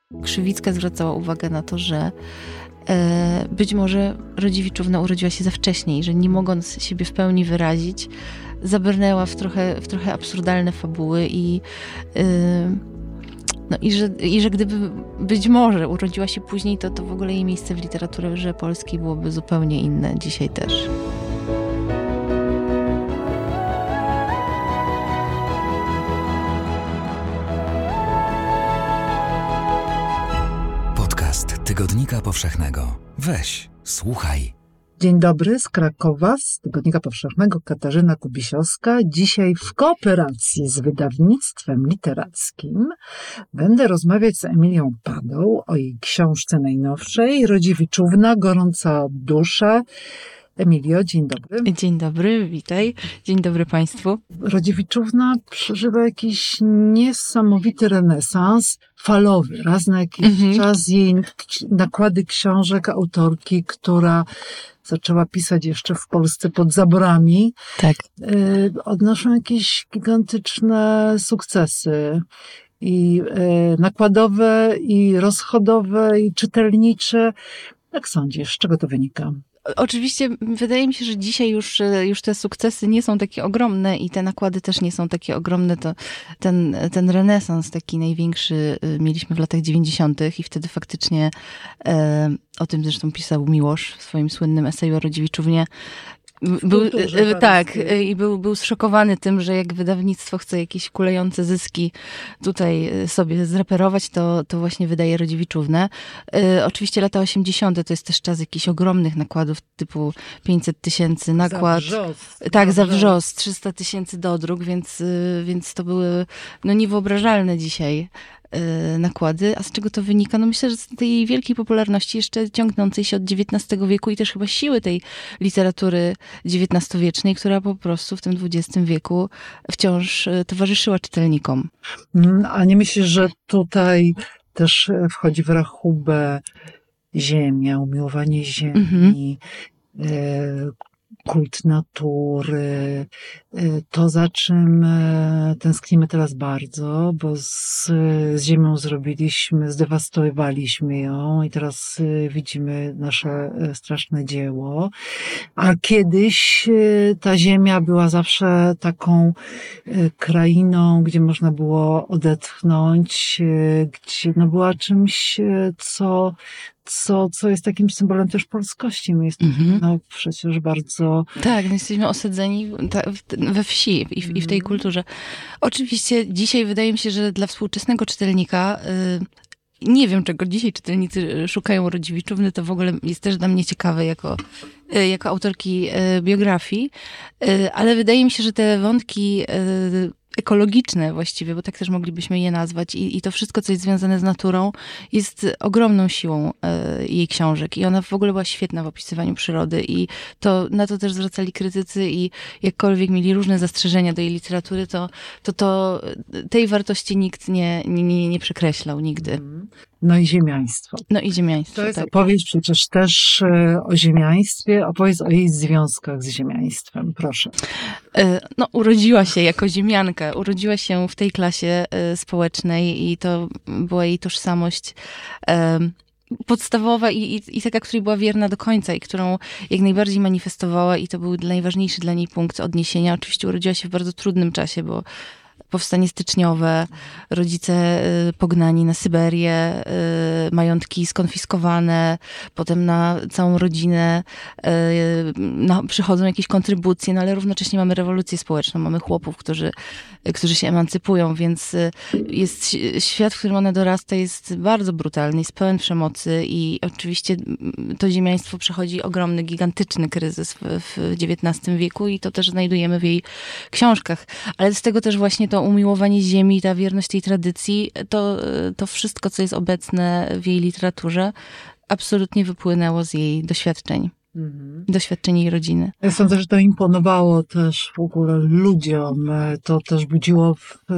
Krzywicka zwracała uwagę na to, że być może Rodziewiczówna urodziła się za wcześnie i że nie mogąc siebie w pełni wyrazić, zabrnęła w trochę absurdalne fabuły i że gdyby być może urodziła się później, to w ogóle jej miejsce w literaturze polskiej byłoby zupełnie inne dzisiaj też. Podcast Tygodnika Powszechnego. Weź, słuchaj. Dzień dobry, z Krakowa, z Tygodnika Powszechnego, Katarzyna Kubisiowska. Dzisiaj w kooperacji z wydawnictwem literackim będę rozmawiać z Emilią Padą o jej książce najnowszej, Rodziewiczówna, gorąca dusza. Emilio, dzień dobry. Dzień dobry, witaj. Dzień dobry Państwu. Rodziewiczówna przeżywa jakiś niesamowity renesans, falowy. Raz na jakiś czas jej nakłady książek autorki, która zaczęła pisać jeszcze w Polsce pod zaborami, tak, odnoszą jakieś gigantyczne sukcesy. I nakładowe, i rozchodowe, i czytelnicze. Jak sądzisz, z czego to wynika? Oczywiście wydaje mi się, że dzisiaj już te sukcesy nie są takie ogromne i te nakłady też nie są takie ogromne. To ten renesans taki największy mieliśmy w latach 90. i wtedy faktycznie o tym zresztą pisał Miłosz w swoim słynnym eseju o Rodziewiczównie. Był zszokowany tym, że jak wydawnictwo chce jakieś kulejące zyski tutaj sobie zreperować, to właśnie wydaje Rodziewiczównę. Oczywiście lata 80. to jest też czas jakichś ogromnych nakładów typu 500 000 nakład. Za wrzos, 300 000 dodruk, więc to były niewyobrażalne dzisiaj nakłady. A z czego to wynika? Myślę, że z tej wielkiej popularności jeszcze ciągnącej się od XIX wieku i też chyba siły tej literatury XIX-wiecznej, która po prostu w tym XX wieku wciąż towarzyszyła czytelnikom. A nie myślisz, że tutaj też wchodzi w rachubę ziemia, umiłowanie ziemi, kult natury, to za czym tęsknimy teraz bardzo, bo z ziemią zdewastowaliśmy ją i teraz widzimy nasze straszne dzieło. A kiedyś ta ziemia była zawsze taką krainą, gdzie można było odetchnąć, gdzie była czymś, co jest takim symbolem też polskości. My jesteśmy przecież bardzo... Tak, jesteśmy osadzeni we wsi i w tej kulturze. Oczywiście dzisiaj wydaje mi się, że dla współczesnego czytelnika nie wiem, czego dzisiaj czytelnicy szukają Rodziewiczówny, to w ogóle jest też dla mnie ciekawe jako autorki biografii, ale wydaje mi się, że te wątki ekologiczne właściwie, bo tak też moglibyśmy je nazwać i to wszystko, co jest związane z naturą, jest ogromną siłą jej książek i ona w ogóle była świetna w opisywaniu przyrody i na to też zwracali krytycy i jakkolwiek mieli różne zastrzeżenia do jej literatury, to tej wartości nikt nie przekreślał nigdy. No i ziemiaństwo. To jest opowieść przecież też o ziemiaństwie, opowieść o jej związkach z ziemiaństwem. Proszę. Urodziła się jako ziemianka. Urodziła się w tej klasie społecznej i to była jej tożsamość podstawowa i taka, której była wierna do końca i którą jak najbardziej manifestowała i to był najważniejszy dla niej punkt odniesienia. Oczywiście urodziła się w bardzo trudnym czasie, bo powstanie styczniowe, rodzice pognani na Syberię, majątki skonfiskowane, potem na całą rodzinę przychodzą jakieś kontrybucje, ale równocześnie mamy rewolucję społeczną, mamy chłopów, którzy się emancypują, więc jest świat, w którym ona dorasta, jest bardzo brutalny, jest pełen przemocy i oczywiście to ziemiaństwo przechodzi ogromny, gigantyczny kryzys w XIX wieku i to też znajdujemy w jej książkach, ale z tego też właśnie to umiłowanie ziemi, ta wierność tej tradycji, to wszystko, co jest obecne w jej literaturze, absolutnie wypłynęło z jej doświadczeń. Doświadczeń jej rodziny. Ja sądzę, że to imponowało też w ogóle ludziom. To też budziło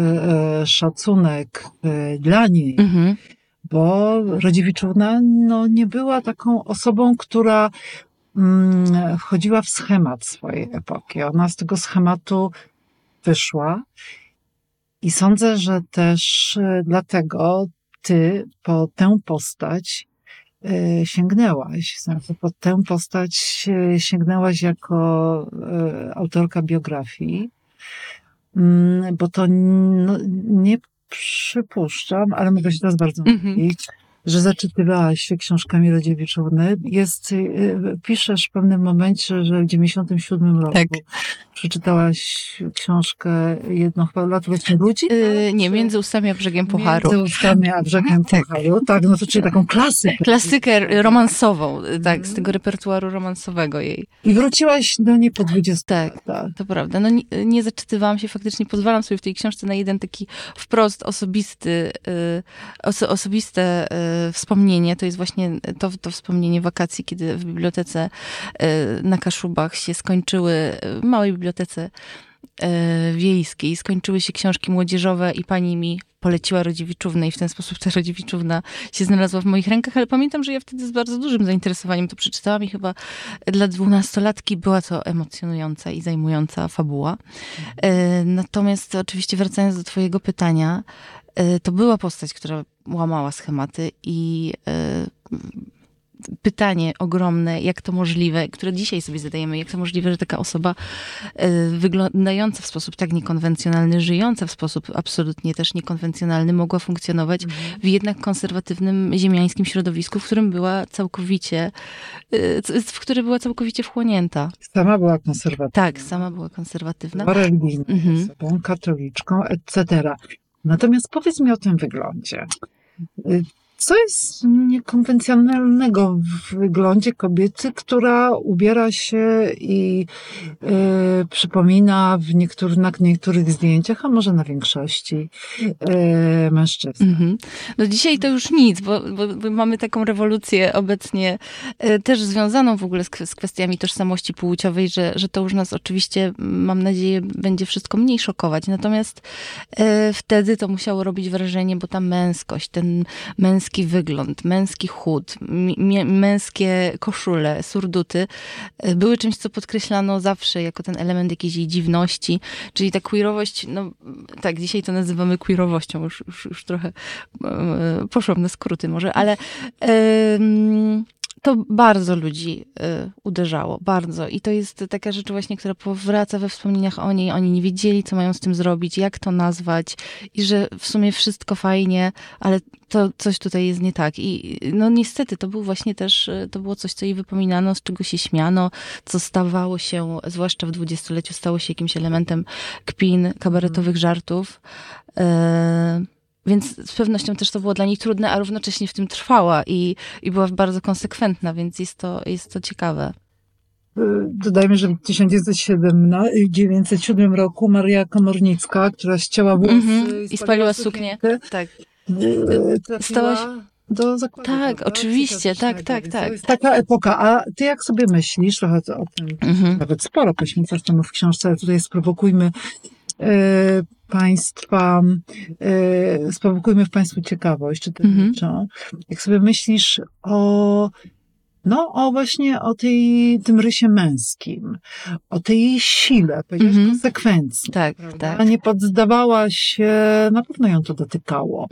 szacunek dla niej. Bo Rodziewiczówna nie była taką osobą, która wchodziła w schemat swojej epoki. Ona z tego schematu wyszła i sądzę, że też dlatego ty po tę postać sięgnęłaś. W sensie po tę postać sięgnęłaś jako autorka biografii, bo to nie przypuszczam, ale mogę się teraz bardzo mylić, że zaczytywałaś się książkami Rodziewiczówny. Piszesz w pewnym momencie, że w 97 roku przeczytałaś książkę jedną chyba Lat właśnie ludzi? Nie, Między ustami a brzegiem Pucharu. Między ustami a brzegiem Pucharu. Tak, no to czyli taką klasykę. Klasykę romansową, tak, z tego repertuaru romansowego jej. I wróciłaś do niej po 20 Tak, latach. to prawda. No nie zaczytywałam się, faktycznie pozwalam sobie w tej książce na jeden taki wprost osobiste wspomnienie. To jest właśnie to wspomnienie wakacji, kiedy w bibliotece na Kaszubach się skończyły, w małej bibliotece wiejskiej, skończyły się książki młodzieżowe i pani mi poleciła Rodziewiczównę i w ten sposób ta Rodziewiczówna się znalazła w moich rękach, ale pamiętam, że ja wtedy z bardzo dużym zainteresowaniem to przeczytałam i chyba dla 12-latki była to emocjonująca i zajmująca fabuła. Natomiast oczywiście wracając do twojego pytania, to była postać, która łamała schematy i pytanie ogromne, jak to możliwe, które dzisiaj sobie zadajemy, jak to możliwe, że taka osoba wyglądająca w sposób tak niekonwencjonalny, żyjąca w sposób absolutnie też niekonwencjonalny, mogła funkcjonować w jednak konserwatywnym ziemiańskim środowisku, w którym była całkowicie wchłonięta. Sama była konserwatywna. Tak, sama była konserwatywna. Była religijną osobą, katoliczką, etc. Natomiast powiedz mi o tym wyglądzie. Co jest niekonwencjonalnego w wyglądzie kobiety, która ubiera się i przypomina na niektórych zdjęciach, a może na większości mężczyzn? No dzisiaj to już nic, bo mamy taką rewolucję obecnie też związaną w ogóle z kwestiami tożsamości płciowej, że to już nas oczywiście, mam nadzieję, będzie wszystko mniej szokować. Natomiast wtedy to musiało robić wrażenie, bo ta męskość, ten męski wygląd, męski chód, męskie koszule, surduty były czymś, co podkreślano zawsze jako ten element jakiejś jej dziwności, czyli ta queerowość, no tak, dzisiaj to nazywamy queerowością, już trochę poszłam na skróty może, ale to bardzo ludzi uderzało, bardzo. I to jest taka rzecz właśnie, która powraca we wspomnieniach o niej. Oni nie wiedzieli, co mają z tym zrobić, jak to nazwać i że w sumie wszystko fajnie, ale to coś tutaj jest nie tak. I no niestety to był właśnie też, to było coś, co jej wypominano, z czego się śmiano, co stawało się, zwłaszcza w 20-leciu, stało się jakimś elementem kpin, kabaretowych żartów. Więc z pewnością też to było dla niej trudne, a równocześnie w tym trwała i była bardzo konsekwentna, więc jest to ciekawe. Dodajmy, że w 1907 roku Maria Komornicka, która ścięła włosy i spaliła suknię. Tak. Stała się do zakładu. Tak, prawda? oczywiście, tak. To jest taka epoka. A ty jak sobie myślisz, trochę o tym nawet sporo poświęcasz temu w książce, ale tutaj sprowokujmy w Państwu ciekawość czytelniczą. Jak sobie myślisz właśnie o tym rysie męskim, o tej jej sile, powiedziałaś konsekwencji. Tak. Nie poddawała się, na pewno ją to dotykało,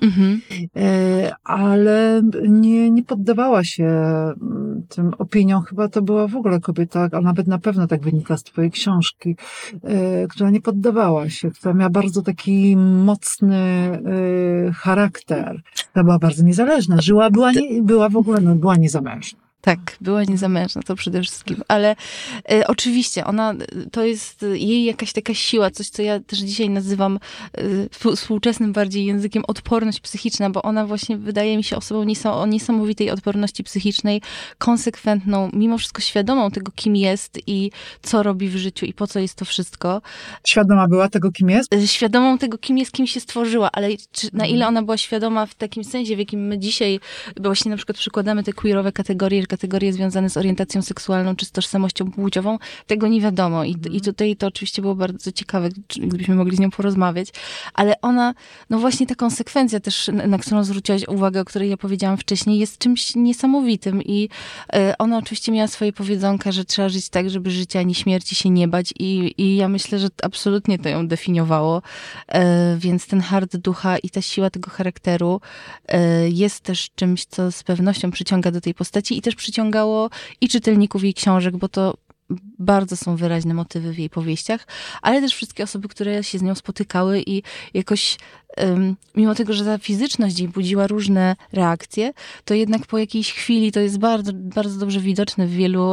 ale nie poddawała się tym opiniom. Chyba to była w ogóle kobieta, a nawet na pewno tak wynika z twojej książki, która nie poddawała się, która miała bardzo taki mocny charakter. Która była bardzo niezależna. Była niezamężna. Tak, była niezamężna, to przede wszystkim. Ale oczywiście, to jest jej jakaś taka siła, coś, co ja też dzisiaj nazywam współczesnym bardziej językiem odporność psychiczna, bo ona właśnie wydaje mi się osobą o niesamowitej odporności psychicznej, konsekwentną, mimo wszystko świadomą tego, kim jest i co robi w życiu i po co jest to wszystko. Świadoma była tego, kim jest? Świadomą tego, kim jest, kim się stworzyła, ale na ile ona była świadoma w takim sensie, w jakim my dzisiaj właśnie na przykład przykładamy te queerowe kategorie kategorie związane z orientacją seksualną czy z tożsamością płciową, tego nie wiadomo. I tutaj to oczywiście było bardzo ciekawe, gdybyśmy mogli z nią porozmawiać. Ale ona, no właśnie ta konsekwencja też, na którą zwróciłaś uwagę, o której ja powiedziałam wcześniej, jest czymś niesamowitym. I ona oczywiście miała swoje powiedzonka, że trzeba żyć tak, żeby życia ani śmierci się nie bać. I ja myślę, że absolutnie to ją definiowało. Więc ten hart ducha i ta siła tego charakteru jest też czymś, co z pewnością przyciąga do tej postaci i też przyciągało i czytelników jej książek, bo to bardzo są wyraźne motywy w jej powieściach, ale też wszystkie osoby, które się z nią spotykały i jakoś mimo tego, że ta fizyczność jej budziła różne reakcje, to jednak po jakiejś chwili to jest bardzo, bardzo dobrze widoczne w wielu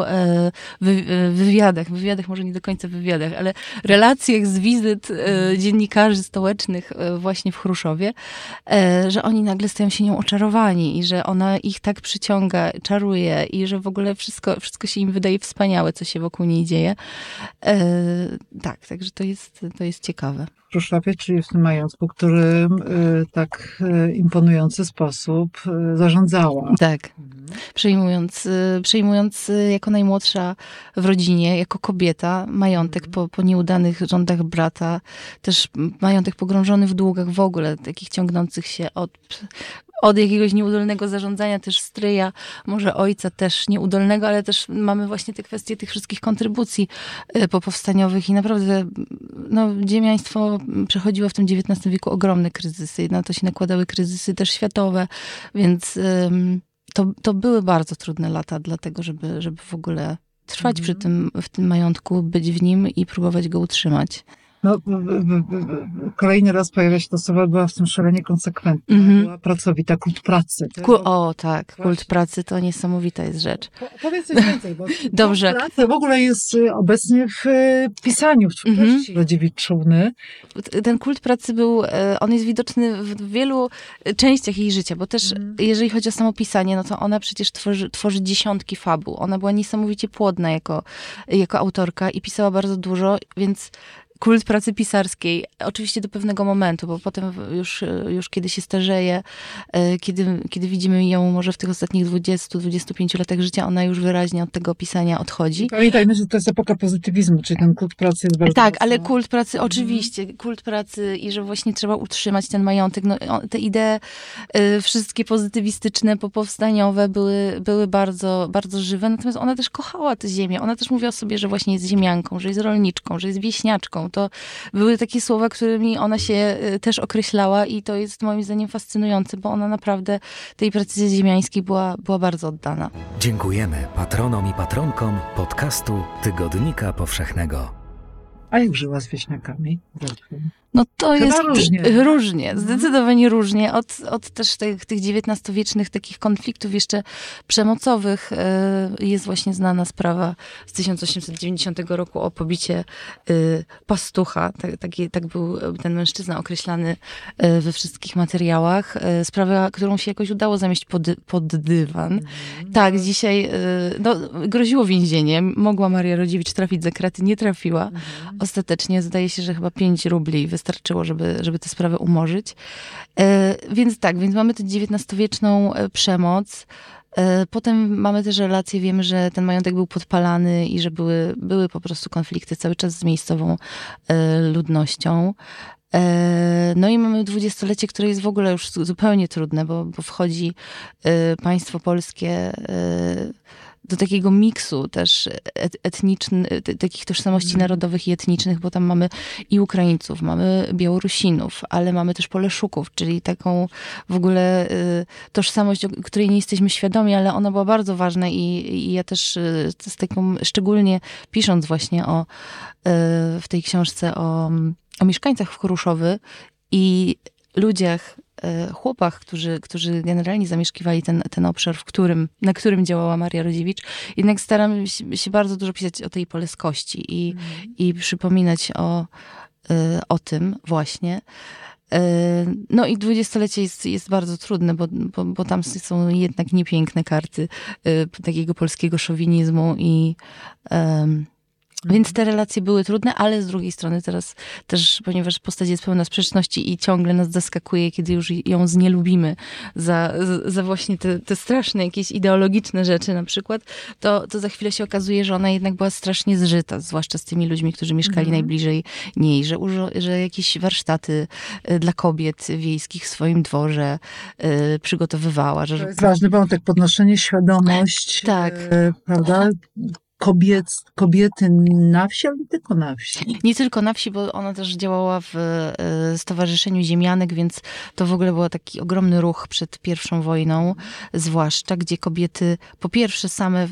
wywiadach, może nie do końca wywiadach, ale relacjach z wizyt dziennikarzy stołecznych właśnie w Chruszowie, że oni nagle stają się nią oczarowani i że ona ich tak przyciąga, czaruje i że w ogóle wszystko się im wydaje wspaniałe, co się wokół niej dzieje. Tak, także to jest ciekawe. W Chruszowie, czyli w tym majątku, którym tak imponujący sposób zarządzała. Tak. Przejmując jako najmłodsza w rodzinie, jako kobieta, majątek po nieudanych rządach brata, też majątek pogrążony w długach w ogóle, takich ciągnących się od jakiegoś nieudolnego zarządzania, też stryja, może ojca też nieudolnego, ale też mamy właśnie te kwestie tych wszystkich kontrybucji popowstaniowych i naprawdę ziemiaństwo przechodziło w tym XIX wieku ogromne kryzysy. Na to się nakładały kryzysy też światowe, więc to były bardzo trudne lata dlatego, żeby w ogóle trwać w tym majątku, być w nim i próbować go utrzymać. No, kolejny raz pojawia się to słowo, była w tym szalenie konsekwentna. Była pracowita, kult pracy. Kult pracy to niesamowita jest rzecz. Powiedz coś więcej, bo Dobrze. Kult pracy w ogóle jest obecnie w pisaniu, w twórczości Rodziewiczówny. Ten kult pracy on jest widoczny w wielu częściach jej życia, bo też jeżeli chodzi o samo pisanie, no to ona przecież tworzy dziesiątki fabuł. Ona była niesamowicie płodna jako autorka i pisała bardzo dużo, więc kult pracy pisarskiej, oczywiście do pewnego momentu, bo potem już kiedy się starzeje, kiedy widzimy ją może w tych ostatnich 20-25 latach życia, ona już wyraźnie od tego pisania odchodzi. Pamiętajmy, że to jest epoka pozytywizmu, czyli ten kult pracy jest bardzo Tak, mocno. ale kult pracy, oczywiście, kult pracy i że właśnie trzeba utrzymać ten majątek. No, te idee wszystkie pozytywistyczne, popowstaniowe były bardzo, bardzo żywe, natomiast ona też kochała tę ziemię. Ona też mówiła o sobie, że właśnie jest ziemianką, że jest rolniczką, że jest wieśniaczką. To były takie słowa, którymi ona się też określała i to jest moim zdaniem fascynujące, bo ona naprawdę tej pracy ziemiańskiej była bardzo oddana. Dziękujemy patronom i patronkom podcastu Tygodnika Powszechnego. A jak żyła z wieśniakami? No to Chyba jest różnie. Zdecydowanie różnie. Od też tych XIX-wiecznych takich konfliktów jeszcze przemocowych jest właśnie znana sprawa z 1890 roku o pobicie pastucha. Tak był ten mężczyzna określany we wszystkich materiałach. Sprawa, którą się jakoś udało zamieść pod dywan. Tak, dzisiaj groziło więzienie. Mogła Maria Rodziewicz trafić za kraty, nie trafiła. Ostatecznie zdaje się, że chyba 5 rubli wystarczyło, żeby tę sprawę umorzyć. Więc mamy tę XIX-wieczną przemoc. Potem mamy też relacje, wiemy, że ten majątek był podpalany i że były po prostu konflikty cały czas z miejscową ludnością. No i mamy dwudziestolecie, które jest w ogóle już zupełnie trudne, bo wchodzi państwo polskie do takiego miksu też takich tożsamości narodowych i etnicznych, bo tam mamy i Ukraińców, mamy Białorusinów, ale mamy też Poleszuków, czyli taką w ogóle tożsamość, o której nie jesteśmy świadomi, ale ona była bardzo ważna i ja też z taką, szczególnie pisząc właśnie w tej książce o mieszkańcach w Chruszowie i ludziach, chłopach, którzy generalnie zamieszkiwali ten obszar, na którym działała Maria Rodziewicz. Jednak staram się bardzo dużo pisać o tej poleskości i przypominać o tym właśnie. No i dwudziestolecie jest bardzo trudne, bo tam są jednak niepiękne karty takiego polskiego szowinizmu Więc te relacje były trudne, ale z drugiej strony teraz też, ponieważ postać jest pełna sprzeczności i ciągle nas zaskakuje, kiedy już ją znielubimy za właśnie te straszne jakieś ideologiczne rzeczy na przykład, to za chwilę się okazuje, że ona jednak była strasznie zżyta, zwłaszcza z tymi ludźmi, którzy mieszkali najbliżej niej, że jakieś warsztaty dla kobiet wiejskich w swoim dworze przygotowywała. To jest ważny wątek, podnoszenie świadomości, tak. Prawda? Kobiety na wsi, ale nie tylko na wsi. Nie tylko na wsi, bo ona też działała w Stowarzyszeniu Ziemianek, więc to w ogóle był taki ogromny ruch przed I wojną, zwłaszcza, gdzie kobiety po pierwsze same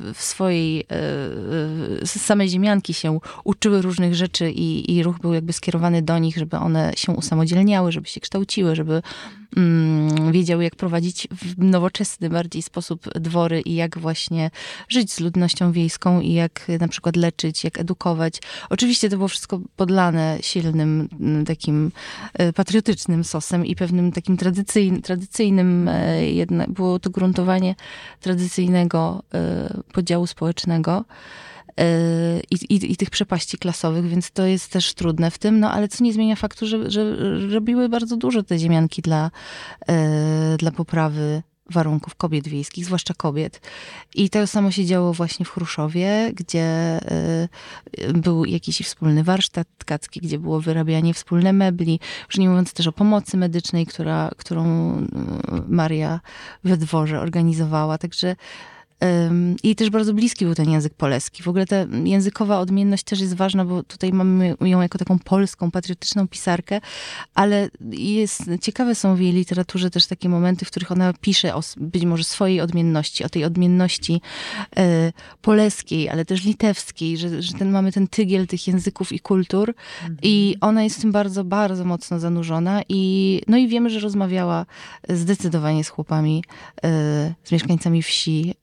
same ziemianki się uczyły różnych rzeczy i ruch był jakby skierowany do nich, żeby one się usamodzielniały, żeby się kształciły, żeby wiedziały, jak prowadzić w nowoczesny bardziej sposób dwory i jak właśnie żyć z ludnością wiejską i jak na przykład leczyć, jak edukować. Oczywiście to było wszystko podlane silnym takim patriotycznym sosem i pewnym takim tradycyjnym, było to gruntowanie tradycyjnego podziału społecznego. I tych przepaści klasowych, więc to jest też trudne w tym, no ale co nie zmienia faktu, że robiły bardzo dużo te ziemianki dla poprawy warunków kobiet wiejskich, zwłaszcza kobiet. I to samo się działo właśnie w Chruszowie, gdzie był jakiś wspólny warsztat tkacki, gdzie było wyrabianie wspólne mebli, już nie mówiąc też o pomocy medycznej, którą Maria we dworze organizowała. Także i też bardzo bliski był ten język poleski. W ogóle ta językowa odmienność też jest ważna, bo tutaj mamy ją jako taką polską, patriotyczną pisarkę, ale ciekawe są w jej literaturze też takie momenty, w których ona pisze o być może swojej odmienności, o tej odmienności poleskiej, ale też litewskiej, że mamy ten tygiel tych języków i kultur i ona jest w tym bardzo, bardzo mocno zanurzona i wiemy, że rozmawiała zdecydowanie z chłopami, z mieszkańcami wsi,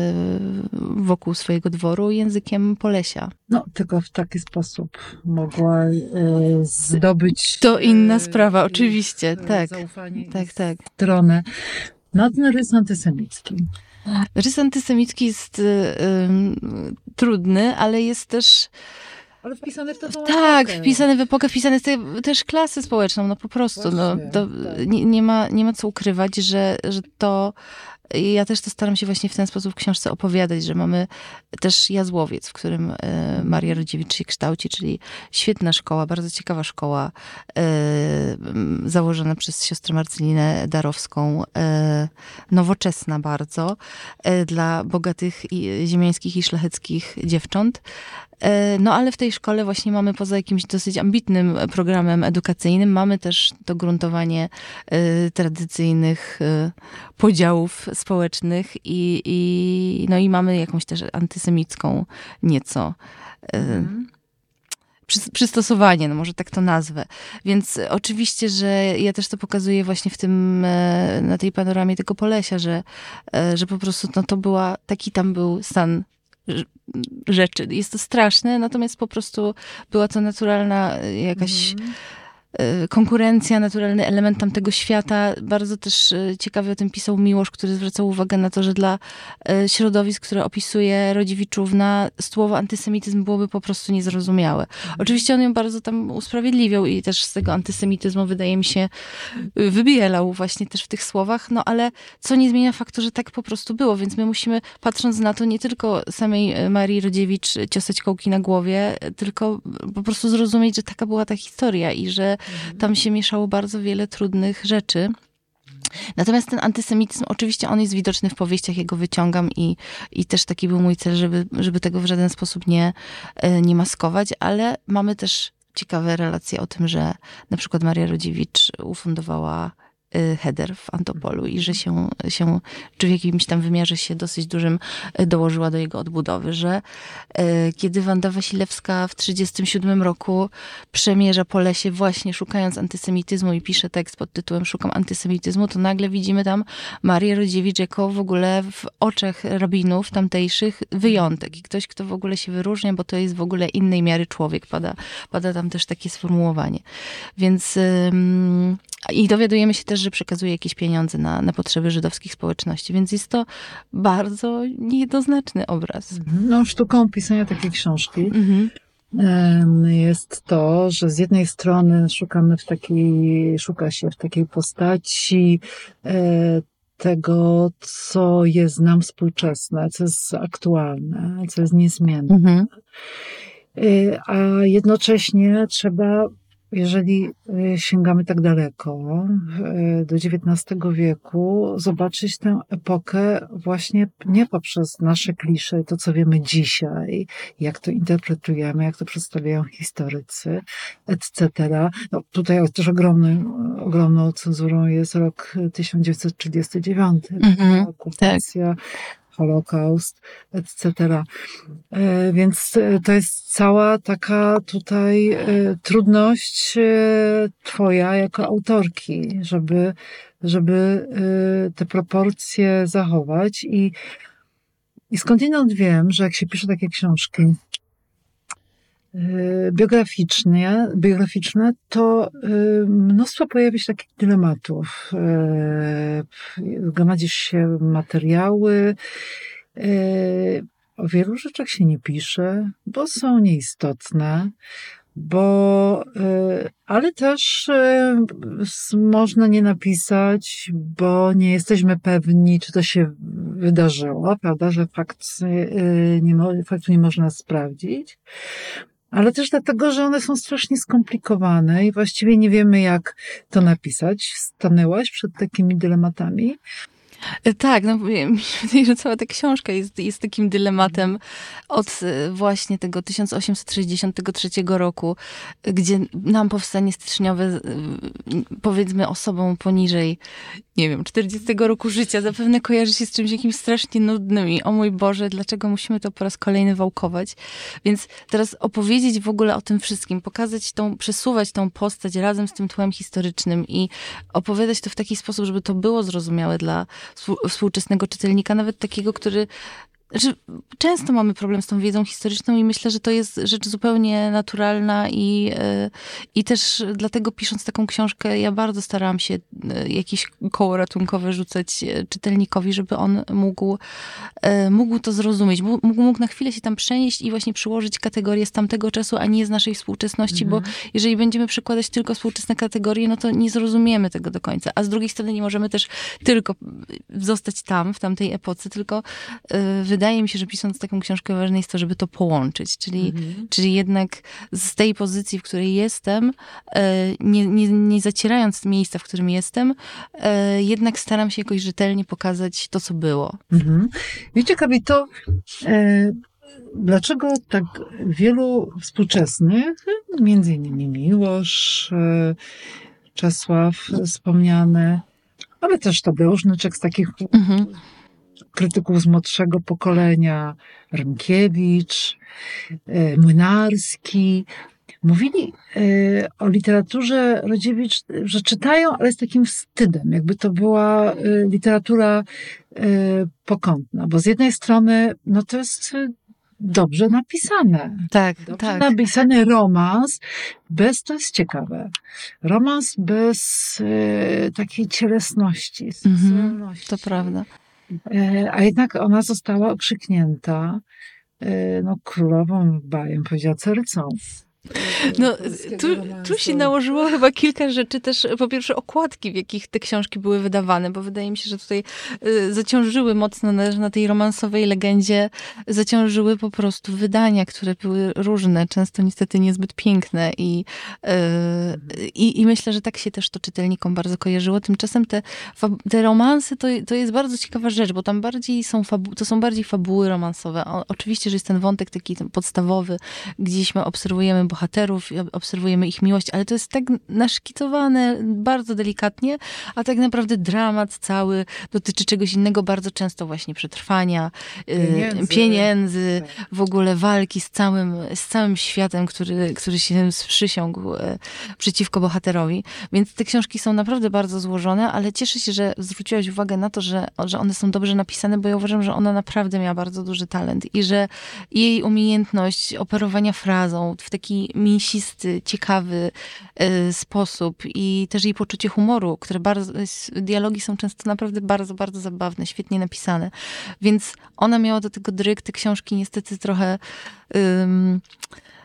wokół swojego dworu językiem Polesia. No, tylko w taki sposób mogła zdobyć... To inna sprawa, oczywiście, tak. Zaufanie tak. stronę. No, ten rys antysemicki. Rys antysemicki jest trudny, ale jest też... Ale wpisany w tę epokę. Tak, wpisany w epokę, wpisany w też klasę społeczną, no po prostu. Właśnie, tak. Nie ma co ukrywać, że to... Ja też to staram się właśnie w ten sposób w książce opowiadać, że mamy też Jazłowiec, w którym Maria Rodziewicz się kształci, czyli świetna szkoła, bardzo ciekawa szkoła, założona przez siostrę Marcelinę Darowską, nowoczesna bardzo, dla bogatych ziemiańskich i szlacheckich dziewcząt. No ale w tej szkole właśnie mamy poza jakimś dosyć ambitnym programem edukacyjnym, mamy też to gruntowanie tradycyjnych podziałów społecznych i mamy jakąś też antysemicką nieco przystosowanie, no może tak to nazwę. Więc oczywiście, że ja też to pokazuję właśnie w tym, na tej panoramie tego Polesia, że po prostu taki tam był stan rzeczy. Jest to straszne, natomiast po prostu była to naturalna jakaś konkurencja, naturalny element tamtego świata. Bardzo też ciekawie o tym pisał Miłosz, który zwracał uwagę na to, że dla środowisk, które opisuje Rodziewiczówna, słowo antysemityzm byłoby po prostu niezrozumiałe. Oczywiście on ją bardzo tam usprawiedliwiał i też z tego antysemityzmu, wydaje mi się, wybielał właśnie też w tych słowach, no ale co nie zmienia faktu, że tak po prostu było, więc my musimy, patrząc na to, nie tylko samej Marii Rodziewicz ciosać kołki na głowie, tylko po prostu zrozumieć, że taka była ta historia i że tam się mieszało bardzo wiele trudnych rzeczy. Natomiast ten antysemityzm, oczywiście on jest widoczny w powieściach, ja go wyciągam i też taki był mój cel, żeby tego w żaden sposób nie maskować, ale mamy też ciekawe relacje o tym, że na przykład Maria Rodziewicz ufundowała Heder w Antopolu i że czy w jakimś tam wymiarze się dosyć dużym dołożyła do jego odbudowy, że kiedy Wanda Wasilewska w 1937 roku przemierza po lesie właśnie szukając antysemityzmu i pisze tekst pod tytułem Szukam antysemityzmu, to nagle widzimy tam Marię Rodziewicz jako w ogóle w oczach rabinów tamtejszych wyjątek i ktoś, kto w ogóle się wyróżnia, bo to jest w ogóle innej miary człowiek. Pada tam też takie sformułowanie. Więc i dowiadujemy się też, że przekazuje jakieś pieniądze na potrzeby żydowskich społeczności, więc jest to bardzo niejednoznaczny obraz. No, sztuką pisania takiej książki jest to, że z jednej strony szuka się w takiej postaci tego, co jest nam współczesne, co jest aktualne, co jest niezmienne. Mhm. A jednocześnie trzeba, jeżeli sięgamy tak daleko, do XIX wieku, zobaczyć tę epokę właśnie nie poprzez nasze klisze, to co wiemy dzisiaj, jak to interpretujemy, jak to przedstawiają historycy, etc. No, tutaj też ogromną cenzurą jest rok 1939, okupacja, Holokaust, etc. Więc to jest cała taka tutaj trudność twoja jako autorki, żeby te proporcje zachować i skądinąd wiem, że jak się pisze takie książki biograficzne, to mnóstwo pojawia się takich dylematów. Gromadzisz się materiały, o wielu rzeczach się nie pisze, bo są nieistotne, ale też można nie napisać, bo nie jesteśmy pewni, czy to się wydarzyło, prawda, że faktu nie można sprawdzić. Ale też dlatego, że one są strasznie skomplikowane i właściwie nie wiemy, jak to napisać. Stanęłaś przed takimi dylematami? Tak, no myślę, że cała ta książka jest takim dylematem od właśnie tego 1863 roku, gdzie nam powstanie styczniowe, powiedzmy osobom poniżej, nie wiem, 40 roku życia, zapewne kojarzy się z czymś jakimś strasznie nudnym i o mój Boże, dlaczego musimy to po raz kolejny wałkować. Więc teraz opowiedzieć w ogóle o tym wszystkim, przesuwać tą postać razem z tym tłem historycznym i opowiadać to w taki sposób, żeby to było zrozumiałe dla współczesnego czytelnika, nawet takiego, który... Znaczy, często mamy problem z tą wiedzą historyczną i myślę, że to jest rzecz zupełnie naturalna i też dlatego pisząc taką książkę, ja bardzo starałam się jakieś koło ratunkowe rzucać czytelnikowi, żeby on mógł to zrozumieć, mógł na chwilę się tam przenieść i właśnie przyłożyć kategorie z tamtego czasu, a nie z naszej współczesności, bo jeżeli będziemy przykładać tylko współczesne kategorie, no to nie zrozumiemy tego do końca, a z drugiej strony nie możemy też tylko zostać w tamtej epoce, tylko wydaje mi się, że pisząc taką książkę ważne jest to, żeby to połączyć, czyli jednak z tej pozycji, w której jestem, nie zacierając miejsca, w którym jestem, jednak staram się jakoś rzetelnie pokazać to, co było. Wiecie, Kabito, dlaczego tak wielu współczesnych, między innymi Miłosz, Czesław wspomniany, ale też Tadeusz Nyczek z takich krytyków z młodszego pokolenia, Rynkiewicz, Młynarski, mówili o literaturze Rodziewicz, że czytają, ale z takim wstydem, jakby to była literatura pokątna, bo z jednej strony, no to jest dobrze napisane. Tak. Napisany romans, to jest ciekawe, romans bez takiej cielesności, seksualności. To prawda. A jednak ona została okrzyknięta królową bajek, powiedziała Cerycą. No, tu się nałożyło chyba kilka rzeczy, też po pierwsze okładki, w jakich te książki były wydawane, bo wydaje mi się, że tutaj zaciążyły mocno na tej romansowej legendzie, zaciążyły po prostu wydania, które były różne, często niestety niezbyt piękne i myślę, że tak się też to czytelnikom bardzo kojarzyło. Tymczasem te romanse to jest bardzo ciekawa rzecz, bo tam to są bardziej fabuły romansowe. Oczywiście, że jest ten wątek taki podstawowy, gdzieś my obserwujemy bohaterów, obserwujemy ich miłość, ale to jest tak naszkicowane bardzo delikatnie, a tak naprawdę dramat cały dotyczy czegoś innego, bardzo często właśnie przetrwania, pieniędzy, w ogóle walki z całym światem, który się sprzysiągł przeciwko bohaterowi. Więc te książki są naprawdę bardzo złożone, ale cieszę się, że zwróciłaś uwagę na to, że one są dobrze napisane, bo ja uważam, że ona naprawdę miała bardzo duży talent i że jej umiejętność operowania frazą w taki mięsisty, ciekawy sposób i też jej poczucie humoru, dialogi są często naprawdę bardzo, bardzo zabawne, świetnie napisane. Więc ona miała do tego dryg, te książki niestety trochę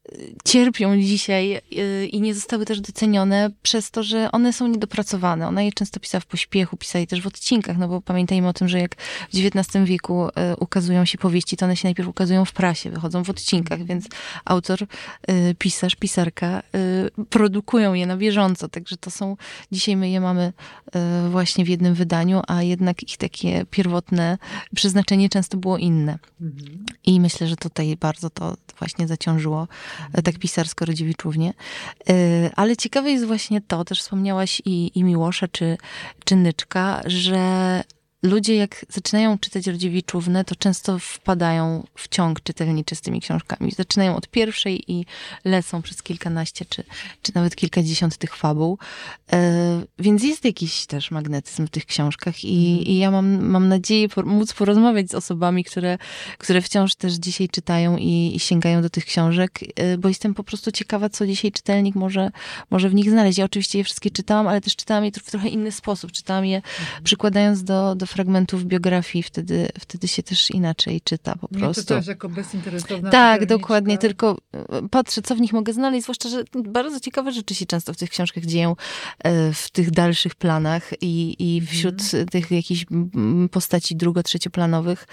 cierpią dzisiaj i nie zostały też docenione przez to, że one są niedopracowane. Ona je często pisała w pośpiechu, pisała je też w odcinkach, no bo pamiętajmy o tym, że jak w XIX wieku ukazują się powieści, to one się najpierw ukazują w prasie, wychodzą w odcinkach, więc autor, pisarz, pisarka produkują je na bieżąco, także to są, dzisiaj my je mamy właśnie w jednym wydaniu, a jednak ich takie pierwotne przeznaczenie często było inne. I myślę, że tutaj bardzo to właśnie zaciążyło tak pisarsko Rodziewiczównię. Ale ciekawe jest właśnie to, też wspomniałaś i Miłosza, czy Nyczka, że ludzie jak zaczynają czytać Rodziewiczównę, to często wpadają w ciąg czytelniczy z tymi książkami. Zaczynają od pierwszej i lecą przez kilkanaście, czy nawet kilkadziesiąt tych fabuł. Więc jest jakiś też magnetyzm w tych książkach i ja mam nadzieję móc porozmawiać z osobami, które wciąż też dzisiaj czytają i sięgają do tych książek, bo jestem po prostu ciekawa, co dzisiaj czytelnik może w nich znaleźć. Ja oczywiście je wszystkie czytałam, ale też czytałam je w trochę inny sposób. Czytałam je przykładając do fragmentów biografii, wtedy się też inaczej czyta po prostu. Nie czytasz jako bezinteresowna tak, dokładnie, tylko patrzę, co w nich mogę znaleźć, zwłaszcza, że bardzo ciekawe rzeczy się często w tych książkach dzieją w tych dalszych planach i wśród tych jakichś postaci drugo-trzecioplanowych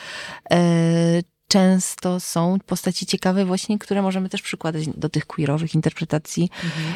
często są postaci ciekawe właśnie, które możemy też przykładać do tych queerowych interpretacji.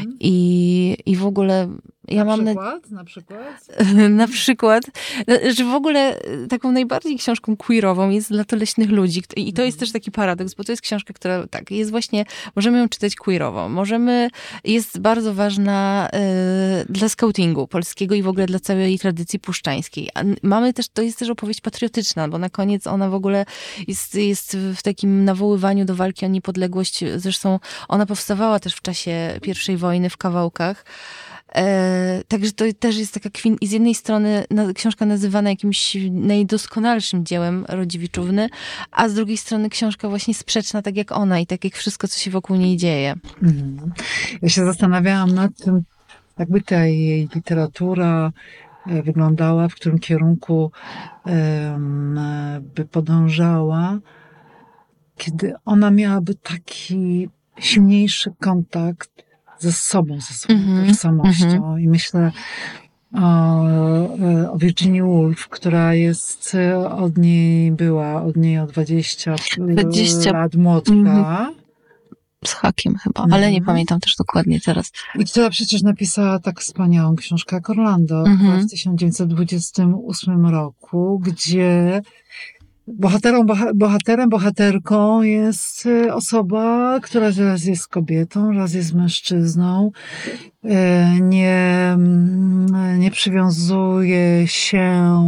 I w ogóle ja mam na przykład? Na przykład, że w ogóle taką najbardziej książką queerową jest Lato leśnych ludzi. I to jest też taki paradoks, bo to jest książka, która tak, jest właśnie, możemy ją czytać queerowo. Jest bardzo ważna dla skautingu polskiego i w ogóle dla całej tradycji puszczańskiej. A to jest też opowieść patriotyczna, bo na koniec ona w ogóle jest w takim nawoływaniu do walki o niepodległość. Zresztą ona powstawała też w czasie I wojny w kawałkach. Także to też jest taka i z jednej strony książka nazywana jakimś najdoskonalszym dziełem Rodziewiczówny, a z drugiej strony książka właśnie sprzeczna, tak jak ona i tak jak wszystko, co się wokół niej dzieje. Ja się zastanawiałam nad tym, jakby ta jej literatura wyglądała, w którym kierunku by podążała, kiedy ona miałaby taki silniejszy kontakt ze sobą, ze swoją tożsamością. I myślę o Virginia Woolf, która jest była od niej o 20 lat młodsza. Z hakiem chyba, ale nie pamiętam też dokładnie teraz. I która przecież napisała tak wspaniałą książkę jak Orlando w 1928 roku, gdzie bohaterką jest osoba, która raz jest kobietą, raz jest mężczyzną. Nie przywiązuje się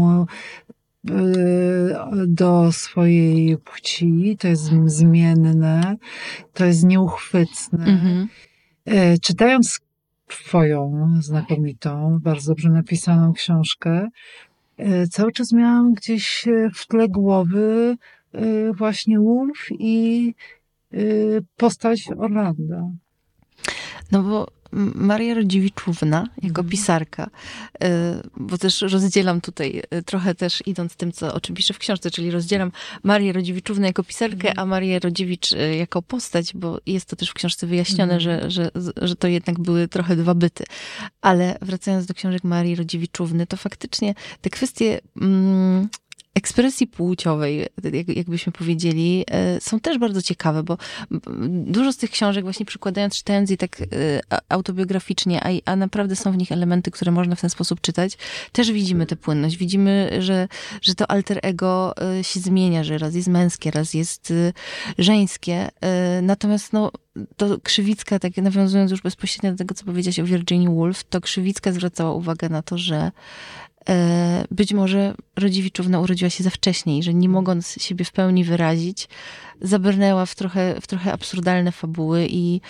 do swojej płci. To jest zmienne, to jest nieuchwytne. Czytając twoją znakomitą, bardzo dobrze napisaną książkę, cały czas miałam gdzieś w tle głowy właśnie Woolf i postać Orlanda. No bo Maria Rodziewiczówna jako pisarka, bo też rozdzielam tutaj trochę też idąc tym, o czym piszę w książce, czyli rozdzielam Marię Rodziewiczównę jako pisarkę, a Marię Rodziewicz jako postać, bo jest to też w książce wyjaśnione, że to jednak były trochę dwa byty. Ale wracając do książek Marii Rodziewiczówny, to faktycznie te kwestie ekspresji płciowej, jakbyśmy powiedzieli, są też bardzo ciekawe, bo dużo z tych książek właśnie czytając je tak autobiograficznie, a naprawdę są w nich elementy, które można w ten sposób czytać, też widzimy tę płynność. Widzimy, że to alter ego się zmienia, że raz jest męskie, raz jest żeńskie. Natomiast to Krzywicka, tak nawiązując już bezpośrednio do tego, co powiedziałaś o Virginia Woolf, to Krzywicka zwracała uwagę na to, że być może Rodziewiczówna urodziła się za wcześnie i że nie mogąc siebie w pełni wyrazić, zabrnęła w trochę absurdalne fabuły i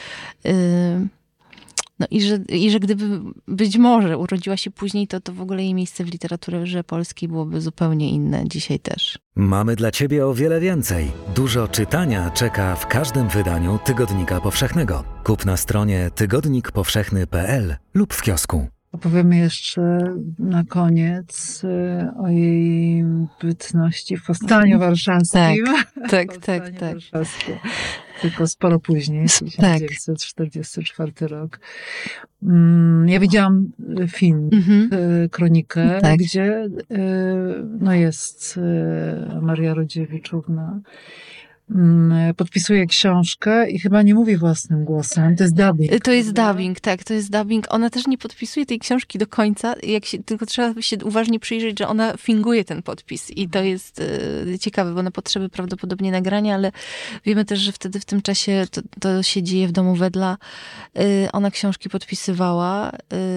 że gdyby być może urodziła się później, to w ogóle jej miejsce w literaturze polskiej byłoby zupełnie inne dzisiaj też. Mamy dla ciebie o wiele więcej. Dużo czytania czeka w każdym wydaniu Tygodnika Powszechnego. Kup na stronie tygodnikpowszechny.pl lub w kiosku. Opowiemy jeszcze na koniec o jej bytności w Powstaniu Warszawskim. Tak. Warszawskim. tylko sporo później, Tak. 1944 rok. Ja widziałam film, kronikę, Tak. gdzie no jest Maria Rodziewiczówna, podpisuje książkę i chyba nie mówi własnym głosem. To jest dubbing. To jest dubbing, tak, to jest dubbing. Ona też nie podpisuje tej książki do końca, tylko trzeba się uważnie przyjrzeć, że ona finguje ten podpis i to jest ciekawe, bo na potrzeby prawdopodobnie nagrania, ale wiemy też, że wtedy w tym czasie to się dzieje w domu Wedla. Ona książki podpisywała.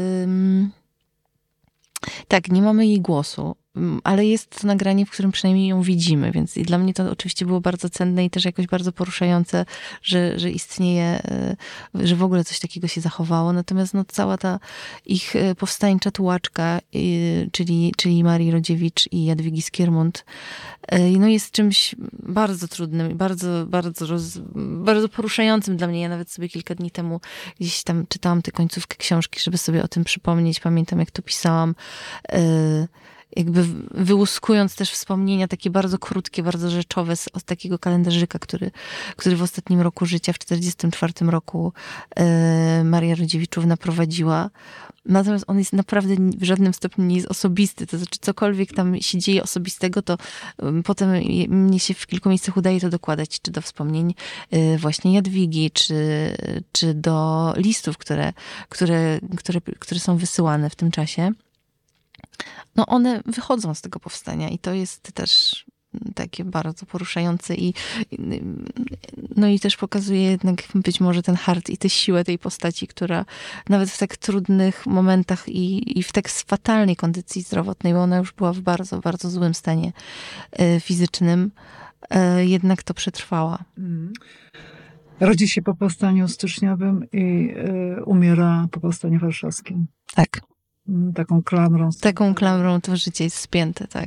Tak, nie mamy jej głosu, ale jest to nagranie, w którym przynajmniej ją widzimy, więc i dla mnie to oczywiście było bardzo cenne i też jakoś bardzo poruszające, że istnieje, że w ogóle coś takiego się zachowało. Natomiast no, cała ta ich powstańcza tułaczka, czyli Marii Rodziewicz i Jadwigi Skiermont, no jest czymś bardzo trudnym i bardzo poruszającym dla mnie. Ja nawet sobie kilka dni temu gdzieś tam czytałam tę końcówkę książki, żeby sobie o tym przypomnieć. Pamiętam, jak to pisałam, jakby wyłuskując też wspomnienia takie bardzo krótkie, bardzo rzeczowe z takiego kalendarzyka, który w ostatnim roku życia, w 1944 roku Maria Rodziewiczówna prowadziła. Natomiast on jest naprawdę w żadnym stopniu nie jest osobisty. To znaczy cokolwiek tam się dzieje osobistego, to potem mnie się w kilku miejscach udaje to dokładać, czy do wspomnień właśnie Jadwigi, czy do listów, które są wysyłane w tym czasie. No one wychodzą z tego powstania i to jest też takie bardzo poruszające no i też pokazuje jednak być może ten hart i tę siłę tej postaci, która nawet w tak trudnych momentach i w tak fatalnej kondycji zdrowotnej, bo ona już była w bardzo, bardzo złym stanie fizycznym, jednak to przetrwała. Rodzi się po powstaniu styczniowym i umiera po powstaniu warszawskim. Tak. Taką klamrą. Taką klamrą to życie jest spięte, tak.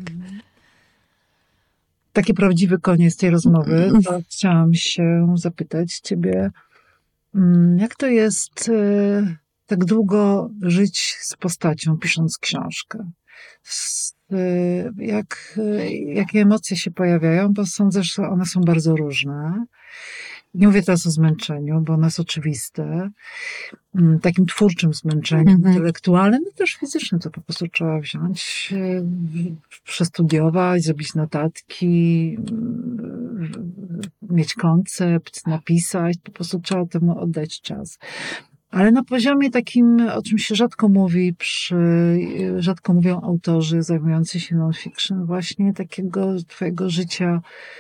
Taki prawdziwy koniec tej rozmowy. To chciałam się zapytać ciebie, jak to jest tak długo żyć z postacią, pisząc książkę? Jakie emocje się pojawiają? Bo sądzę, że one są bardzo różne. Nie mówię teraz o zmęczeniu, bo ono jest oczywiste. Takim twórczym zmęczeniu, intelektualnym, no też fizycznym, to po prostu trzeba wziąć, przestudiować, zrobić notatki, mieć koncept, napisać, po prostu trzeba temu oddać czas. Ale na poziomie takim, o czym się rzadko mówi, rzadko mówią autorzy zajmujący się non-fiction, właśnie takiego twojego życia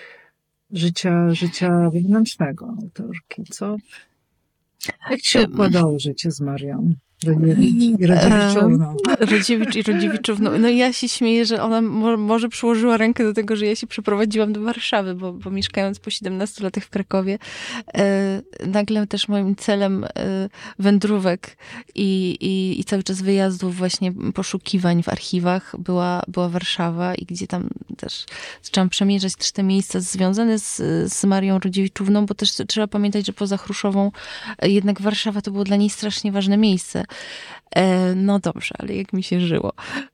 wewnętrznego autorki, co? Jak ci się układało życie z Marią Rodziewiczówną? Rodziewicz i Rodziewiczówną. No ja się śmieję, że ona może przyłożyła rękę do tego, że ja się przeprowadziłam do Warszawy, bo mieszkając po 17 latach w Krakowie, nagle też moim celem wędrówek i cały czas wyjazdów, właśnie poszukiwań w archiwach była Warszawa i gdzie tam też zaczęłam przemierzać też te miejsca związane z Marią Rodziewiczówną, bo też trzeba pamiętać, że poza Chruszową jednak Warszawa to było dla niej strasznie ważne miejsce. No dobrze, ale jak mi się żyło?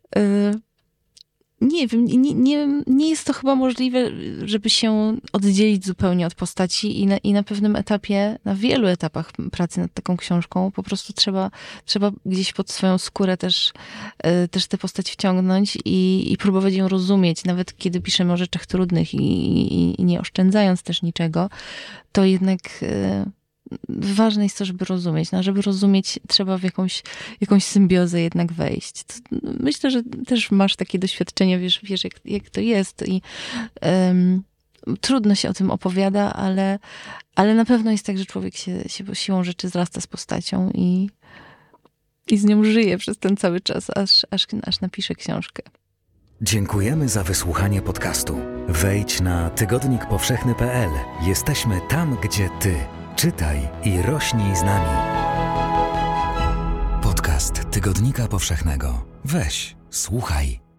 Nie wiem, nie jest to chyba możliwe, żeby się oddzielić zupełnie od postaci i na pewnym etapie, na wielu etapach pracy nad taką książką po prostu trzeba gdzieś pod swoją skórę też tę postać wciągnąć i próbować ją rozumieć, nawet kiedy piszemy o rzeczach trudnych i nie oszczędzając też niczego, to jednak ważne jest to, żeby rozumieć. No, żeby rozumieć, trzeba w jakąś symbiozę jednak wejść. Myślę, że też masz takie doświadczenia, wiesz jak to jest i trudno się o tym opowiada, ale na pewno jest tak, że człowiek się siłą rzeczy zrasta z postacią i z nią żyje przez ten cały czas, aż napisze książkę. Dziękujemy za wysłuchanie podcastu. Wejdź na tygodnikpowszechny.pl. Jesteśmy tam, gdzie ty. Czytaj i rośnij z nami. Podcast Tygodnika Powszechnego. Weź, słuchaj.